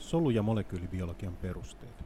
Solu- ja molekyylibiologian perusteet.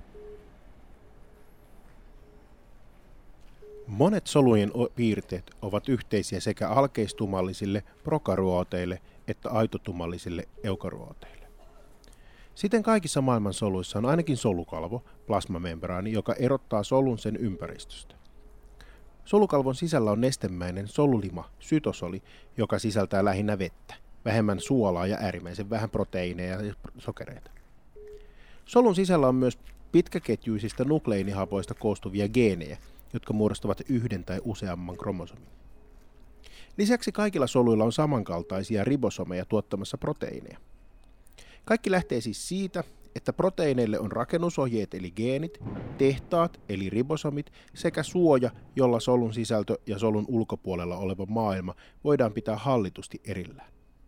Monet solujen piirteet ovat yhteisiä sekä alkeistummallisille prokaryooteille että aitotummallisille eukaryooteille. Siten kaikissa maailman soluissa on ainakin solukalvo, plasmamembraani, joka erottaa solun sen ympäristöstä. Solukalvon sisällä on nestemäinen solulima, sytosoli, joka sisältää lähinnä vettä, vähemmän suolaa ja äärimmäisen vähän proteiineja ja sokereita. Solun sisällä on myös pitkäketjuisista nukleiinihapoista koostuvia geenejä, jotka muodostavat yhden tai useamman kromosomin. Lisäksi kaikilla soluilla on samankaltaisia ribosomeja tuottamassa proteiineja. Kaikki lähtee siis siitä, että proteiineille on rakennusohjeet eli geenit, tehtaat eli ribosomit sekä suoja, jolla solun sisältö ja solun ulkopuolella oleva maailma voidaan pitää hallitusti erillään.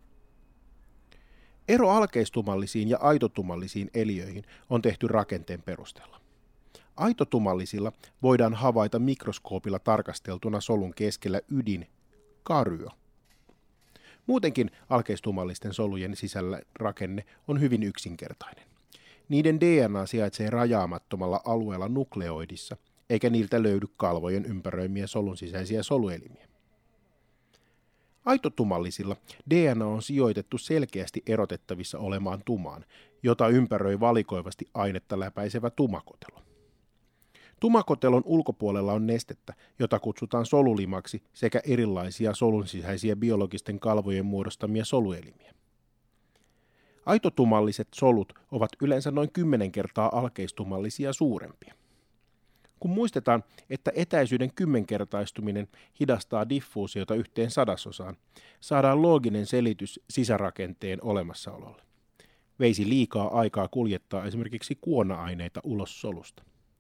Ero alkeistummallisiin ja aitotummallisiin eliöihin on tehty rakenteen perusteella. Aitotummallisilla voidaan havaita mikroskoopilla tarkasteltuna solun keskellä ydin, karyo. Muutenkin alkeistummallisten solujen sisällä rakenne on hyvin yksinkertainen. Niiden DNA sijaitsee rajaamattomalla alueella nukleoidissa, eikä niiltä löydy kalvojen ympäröimiä solun sisäisiä soluelimiä. Aitotummallisilla DNA on sijoitettu selkeästi erotettavissa olemaan tumaan, jota ympäröi valikoivasti ainetta läpäisevä tumakotelo. Tumakotelon ulkopuolella on nestettä, jota kutsutaan solulimaksi sekä erilaisia solun sisäisiä biologisten kalvojen muodostamia soluelimiä. Aitotummalliset solut ovat yleensä noin 10 kertaa alkeistummallisia suurempia. Kun muistetaan, että etäisyyden 10-kertaistuminen hidastaa diffuusiota 1/100, saadaan looginen selitys sisärakenteen olemassaololle. Veisi liikaa aikaa kuljettaa esimerkiksi kuona-aineita ulos solusta.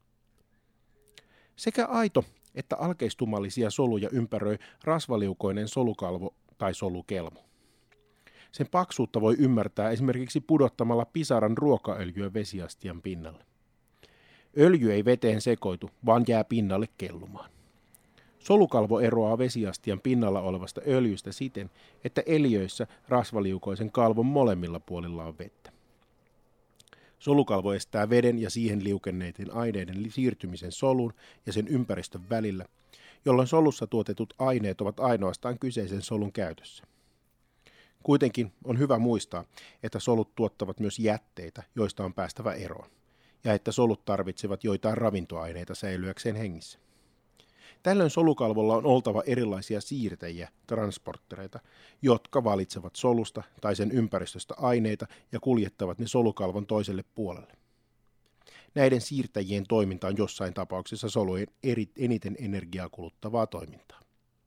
Sekä aito että alkeistummallisia soluja ympäröi rasvaliukoinen solukalvo tai solukelmo. Sen paksuutta voi ymmärtää esimerkiksi pudottamalla pisaran ruokaöljyä vesiastian pinnalle. Öljy ei veteen sekoitu, vaan jää pinnalle kellumaan. Solukalvo eroaa vesiastian pinnalla olevasta öljystä siten, että eliöissä rasvaliukoisen kalvon molemmilla puolilla on vettä. Solukalvo estää veden ja siihen liukenneiden aineiden siirtymisen solun ja sen ympäristön välillä, jolloin solussa tuotetut aineet ovat ainoastaan kyseisen solun käytössä. Kuitenkin on hyvä muistaa, että solut tuottavat myös jätteitä, joista on päästävä eroon, ja että solut tarvitsevat joitain ravintoaineita säilyäkseen hengissä. Tällöin solukalvolla on oltava erilaisia siirtäjiä, transporttereita, jotka valitsevat solusta tai sen ympäristöstä aineita ja kuljettavat ne solukalvon toiselle puolelle. Näiden siirtäjien toiminta on jossain tapauksessa solujen eniten energiaa kuluttavaa toimintaa.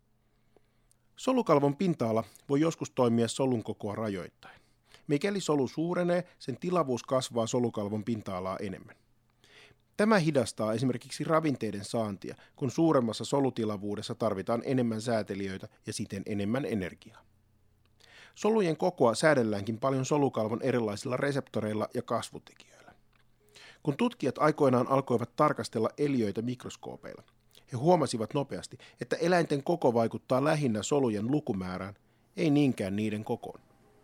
Solukalvon pinta-ala voi joskus toimia solun kokoa rajoittain. Mikäli solu suurenee, sen tilavuus kasvaa solukalvon pinta-alaa enemmän. Tämä hidastaa esimerkiksi ravinteiden saantia, kun suuremmassa solutilavuudessa tarvitaan enemmän säätelijöitä ja siten enemmän energiaa. Solujen kokoa säädelläänkin paljon solukalvon erilaisilla reseptoreilla ja kasvutekijöillä. Kun tutkijat aikoinaan alkoivat tarkastella eliöitä mikroskoopeilla, he huomasivat nopeasti, että eläinten koko vaikuttaa lähinnä solujen lukumäärään, ei niinkään niiden kokoon.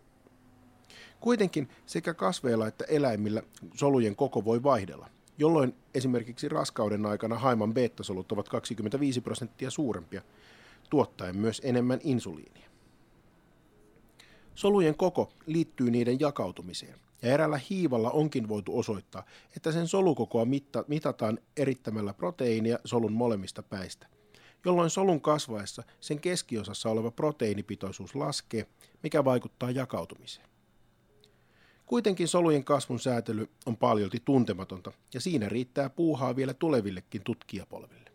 Kuitenkin sekä kasveilla että eläimillä solujen koko voi vaihdella, jolloin esimerkiksi raskauden aikana haiman beettasolut ovat 25% suurempia, tuottaen myös enemmän insuliinia. Solujen koko liittyy niiden jakautumiseen, ja eräällä hiivalla onkin voitu osoittaa, että sen solukokoa mitataan erittämällä proteiinia solun molemmista päistä, jolloin solun kasvaessa sen keskiosassa oleva proteiinipitoisuus laskee, mikä vaikuttaa jakautumiseen. Kuitenkin solujen kasvun säätely on paljolti tuntematonta, ja siinä riittää puuhaa vielä tulevillekin tutkijapolville.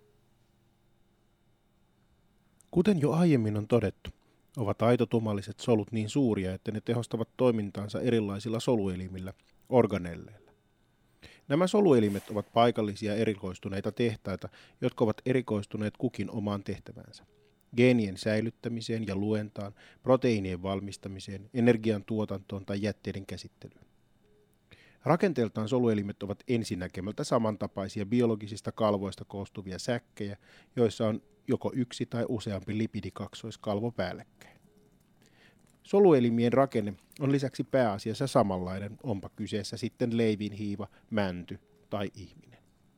Kuten jo aiemmin on todettu, ovat aitotummalliset solut niin suuria, että ne tehostavat toimintaansa erilaisilla soluelimillä, organelleilla. Nämä soluelimet ovat paikallisia erikoistuneita tehtaita, jotka ovat erikoistuneet kukin omaan tehtäväänsä. Geenien säilyttämiseen ja luentaan, proteiinien valmistamiseen, energian tuotantoon tai jätteiden käsittelyyn. Rakenteeltaan soluelimet ovat ensinäkemältä samantapaisia biologisista kalvoista koostuvia säkkejä, joissa on joko yksi tai useampi lipidikaksoiskalvo päällekkäin. Soluelimien rakenne on lisäksi pääasiassa samanlainen, onpa kyseessä sitten leivinhiiva, mänty tai ihminen.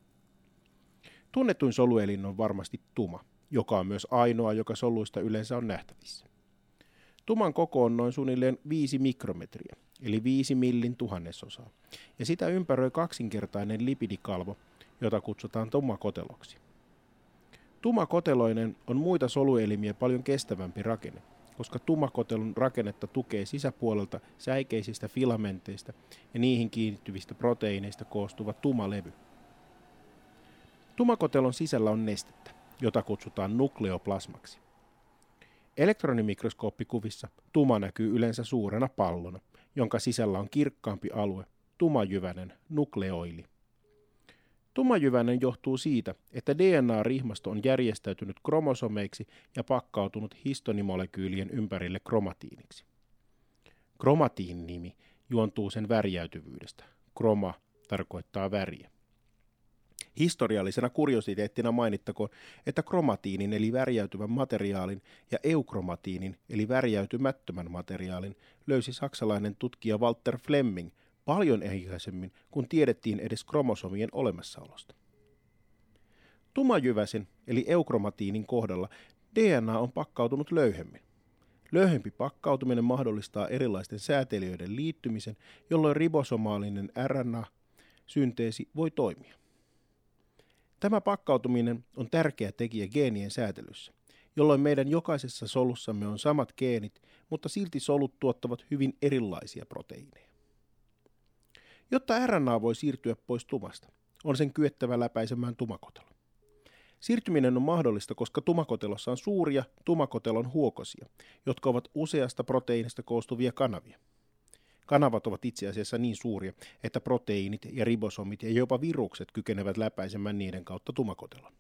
Tunnetuin soluelin on varmasti tuma, joka on myös ainoa, joka soluista yleensä on nähtävissä. Tuman koko on noin suunnilleen 5 mikrometriä, eli 5 millin tuhannesosaa, ja sitä ympäröi kaksinkertainen lipidikalvo, jota kutsutaan tumakoteloksi. Tumakoteloinen on muita soluelimiä paljon kestävämpi rakenne, koska tumakotelon rakennetta tukee sisäpuolelta säikeisistä filamenteista ja niihin kiinnittyvistä proteiineista koostuva tumalevy. Tumakotelon sisällä on nestettä, jota kutsutaan nukleoplasmaksi. Elektronimikroskooppikuvissa tuma näkyy yleensä suurena pallona, jonka sisällä on kirkkaampi alue, tumajyvänen nukleoili. Tumajyvänen johtuu siitä, että DNA-rihmasto on järjestäytynyt kromosomeiksi ja pakkautunut histonimolekyylien ympärille kromatiiniksi. Kromatiini-nimi juontuu sen värjäytyvyydestä. Kroma tarkoittaa väriä. Historiallisena kuriositeettina mainittakoon, että kromatiinin eli värjäytyvän materiaalin ja eukromatiinin eli värjäytymättömän materiaalin löysi saksalainen tutkija Walter Flemming paljon aikaisemmin, kun tiedettiin edes kromosomien olemassaolosta. Tumajyväsen eli eukromatiinin kohdalla DNA on pakkautunut löyhemmin. Löyhempi pakkautuminen mahdollistaa erilaisten säätelijöiden liittymisen, jolloin ribosomaalinen RNA-synteesi voi toimia. Tämä pakkautuminen on tärkeä tekijä geenien säätelyssä, jolloin meidän jokaisessa solussamme on samat geenit, mutta silti solut tuottavat hyvin erilaisia proteiineja. Jotta RNA voi siirtyä pois tumasta, on sen kyettävä läpäisemään tumakotelo. Siirtyminen on mahdollista, koska tumakotelossa on suuria tumakotelon huokosia, jotka ovat useasta proteiinista koostuvia kanavia. Kanavat ovat itse asiassa niin suuria, että proteiinit ja ribosomit ja jopa virukset kykenevät läpäisemään niiden kautta tumakotelon.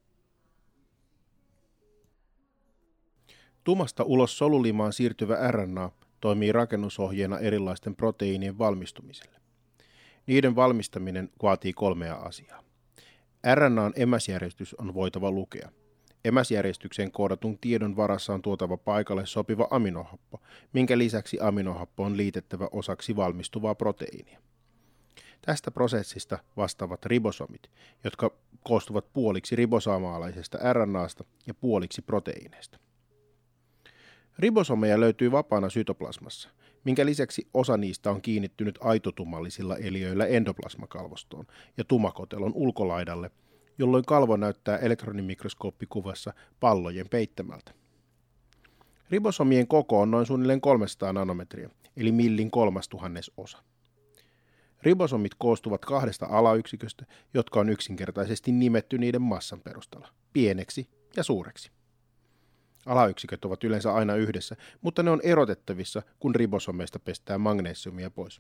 Tumasta ulos solulimaan siirtyvä RNA toimii rakennusohjeena erilaisten proteiinien valmistumiselle. Niiden valmistaminen vaatii 3 asiaa. RNA:n emäsjärjestys on voitava lukea. Emäsjärjestykseen koodatun tiedon varassa on tuotava paikalle sopiva aminohappo, minkä lisäksi aminohappo on liitettävä osaksi valmistuvaa proteiinia. Tästä prosessista vastaavat ribosomit, jotka koostuvat puoliksi ribosomaalaisesta RNAsta ja puoliksi proteiineista. Ribosomeja löytyy vapaana sytoplasmassa, minkä lisäksi osa niistä on kiinnittynyt aitotumallisilla eliöillä endoplasmakalvostoon ja tumakotelon ulkolaidalle, jolloin kalvo näyttää elektronimikroskooppikuvassa pallojen peittämältä. Ribosomien koko on noin suunnilleen 300 nanometriä, eli millin 3/1000. Ribosomit koostuvat 2 alayksiköstä, jotka on yksinkertaisesti nimetty niiden massan perusteella, pieneksi ja suureksi. Alayksiköt ovat yleensä aina yhdessä, mutta ne on erotettavissa, kun ribosomeista pestään magnesiumia pois.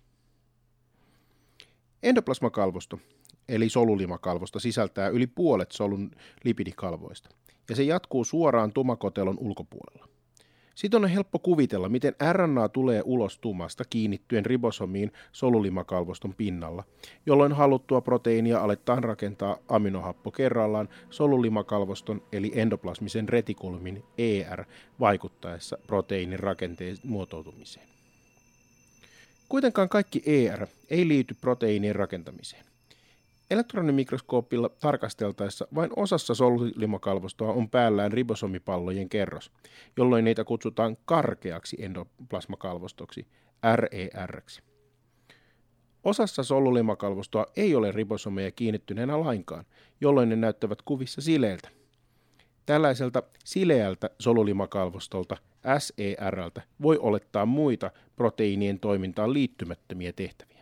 Endoplasmakalvosto, eli solulimakalvosto, sisältää yli puolet solun lipidikalvoista, ja se jatkuu suoraan tumakotelon ulkopuolella. Sitten on helppo kuvitella, miten RNA tulee ulos tumasta kiinnittyen ribosomiin solulimakalvoston pinnalla, jolloin haluttua proteiinia aletaan rakentaa aminohappo kerrallaan solulimakalvoston eli endoplasmisen retikulumin ER vaikuttaessa proteiinin rakenteen muotoutumiseen. Kuitenkaan kaikki ER ei liity proteiinien rakentamiseen. Elektronimikroskoopilla tarkasteltaessa vain osassa solulimakalvostoa on päällään ribosomipallojen kerros, jolloin niitä kutsutaan karkeaksi endoplasmakalvostoksi, RER:ksi. Osassa solulimakalvostoa ei ole ribosomeja kiinnittyneenä lainkaan, jolloin ne näyttävät kuvissa sileiltä. Tällaiselta sileältä solulimakalvostolta, SER:ltä, voi olettaa muita proteiinien toimintaan liittymättömiä tehtäviä.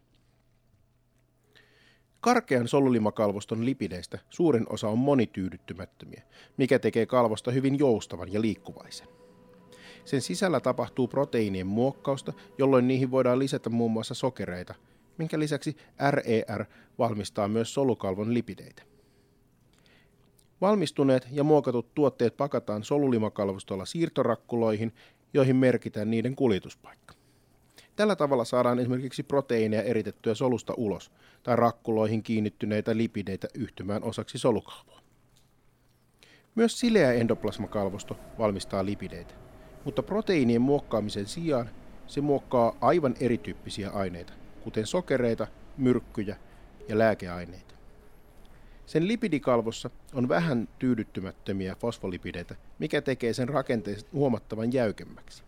Karkean solulimakalvoston lipideistä suurin osa on monityydyttymättömiä, mikä tekee kalvosta hyvin joustavan ja liikkuvaisen. Sen sisällä tapahtuu proteiinien muokkausta, jolloin niihin voidaan lisätä muun muassa sokereita, minkä lisäksi RER valmistaa myös solukalvon lipideitä. Valmistuneet ja muokatut tuotteet pakataan solulimakalvostolla siirtorakkuloihin, joihin merkitään niiden kuljetuspaikka. Tällä tavalla saadaan esimerkiksi proteiineja eritettyä solusta ulos tai rakkuloihin kiinnittyneitä lipideitä yhtymään osaksi solukalvoa. Myös sileä endoplasmakalvosto valmistaa lipideitä. Mutta proteiinien muokkaamisen sijaan se muokkaa aivan erityyppisiä aineita, kuten sokereita, myrkkyjä ja lääkeaineita. Sen lipidikalvossa on vähän tyydyttymättömiä fosfolipideitä, mikä tekee sen rakenteesta huomattavan jäykemmäksi.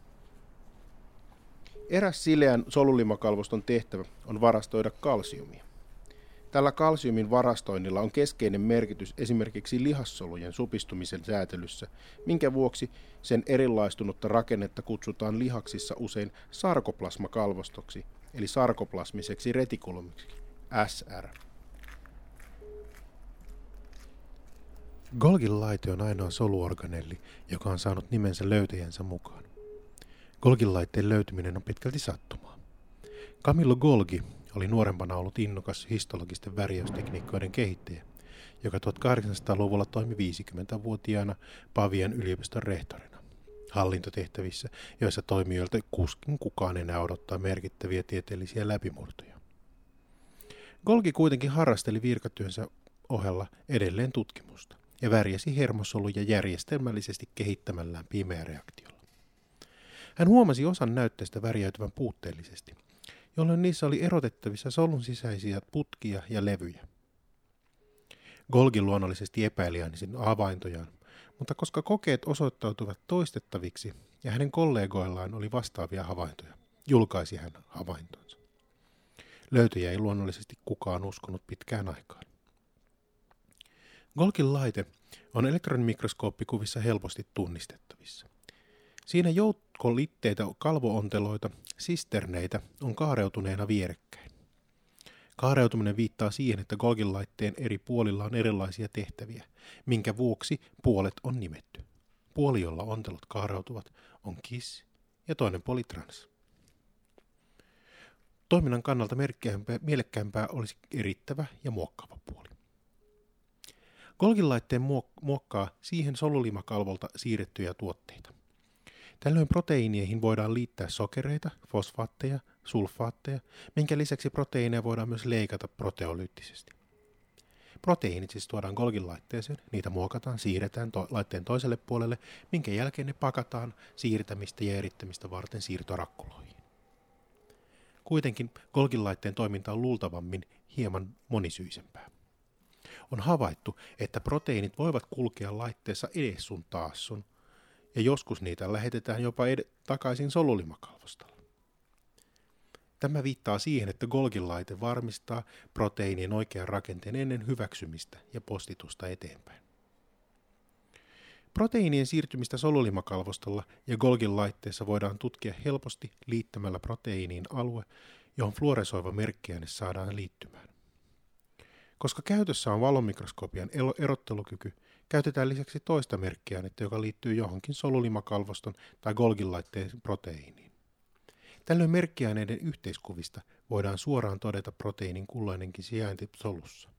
Eräs sileän solulimakalvoston tehtävä on varastoida kalsiumia. Tällä kalsiumin varastoinnilla on keskeinen merkitys esimerkiksi lihassolujen supistumisen säätelyssä, minkä vuoksi sen erilaistunutta rakennetta kutsutaan lihaksissa usein sarkoplasmakalvostoksi, eli sarkoplasmiseksi retikulumiksi, SR. Golgin laite on ainoa soluorganelli, joka on saanut nimensä löytäjänsä mukaan. Golgin laitteen löytyminen on pitkälti sattumaa. Camillo Golgi oli nuorempana ollut innokas histologisten värjäystekniikoiden kehittäjä, joka 1800-luvulla toimi 50-vuotiaana Pavian yliopiston rehtorina hallintotehtävissä, joissa toimijoilta kuskin kukaan enää odottaa merkittäviä tieteellisiä läpimurtoja. Golgi kuitenkin harrasteli virkatyönsä ohella edelleen tutkimusta ja värjäsi hermosoluja järjestelmällisesti kehittämällään pimeäreaktiolla. Hän huomasi osan näytteistä värjäytyvän puutteellisesti, jolloin niissä oli erotettavissa solun sisäisiä putkia ja levyjä. Golgi luonnollisesti epäili aina sen havaintojaan, mutta koska kokeet osoittautuivat toistettaviksi ja hänen kollegoillaan oli vastaavia havaintoja, julkaisi hän havaintonsa. Löytöjä ei luonnollisesti kukaan uskonut pitkään aikaan. Golgin laite on elektronimikroskooppikuvissa helposti tunnistettavissa. Siinä joukko litteitä kalvoonteloita, sisterneitä, on kaareutuneena vierekkäin. Kaareutuminen viittaa siihen, että Golgin laitteen eri puolilla on erilaisia tehtäviä, minkä vuoksi puolet on nimetty. Puoli, jolla ontelot kaareutuvat, on KISS ja toinen puoli trans. Toiminnan kannalta mielekkäämpää olisi erittävä ja muokkaava puoli. Golgin laitteen muokkaa siihen solulimakalvolta siirrettyjä tuotteita. Tällöin proteiineihin voidaan liittää sokereita, fosfaatteja, sulfaatteja, minkä lisäksi proteiineja voidaan myös leikata proteolyyttisesti. Proteiinit siis tuodaan Golgin laitteeseen, niitä muokataan, siirretään laitteen toiselle puolelle, minkä jälkeen ne pakataan siirtämistä ja erittämistä varten siirtorakkuloihin. Kuitenkin Golgin laitteen toiminta on luultavammin hieman monisyisempää. On havaittu, että proteiinit voivat kulkea laitteessa edes sun taas sun, ja joskus niitä lähetetään jopa takaisin solulimakalvostolle. Tämä viittaa siihen, että Golgin laite varmistaa proteiinien oikean rakenteen ennen hyväksymistä ja postitusta eteenpäin. Proteiinien siirtymistä solulimakalvostolla ja Golgin laitteessa voidaan tutkia helposti liittämällä proteiiniin alue, johon fluoresoiva merkkiaine saadaan liittymään. Koska käytössä on valomikroskopian erottelukyky, käytetään lisäksi toista merkkiainetta, joka liittyy johonkin solulimakalvoston tai Golgin laitteen proteiiniin. Tällöin merkkiaineiden yhteiskuvista voidaan suoraan todeta proteiinin kulloinenkin sijainti solussa.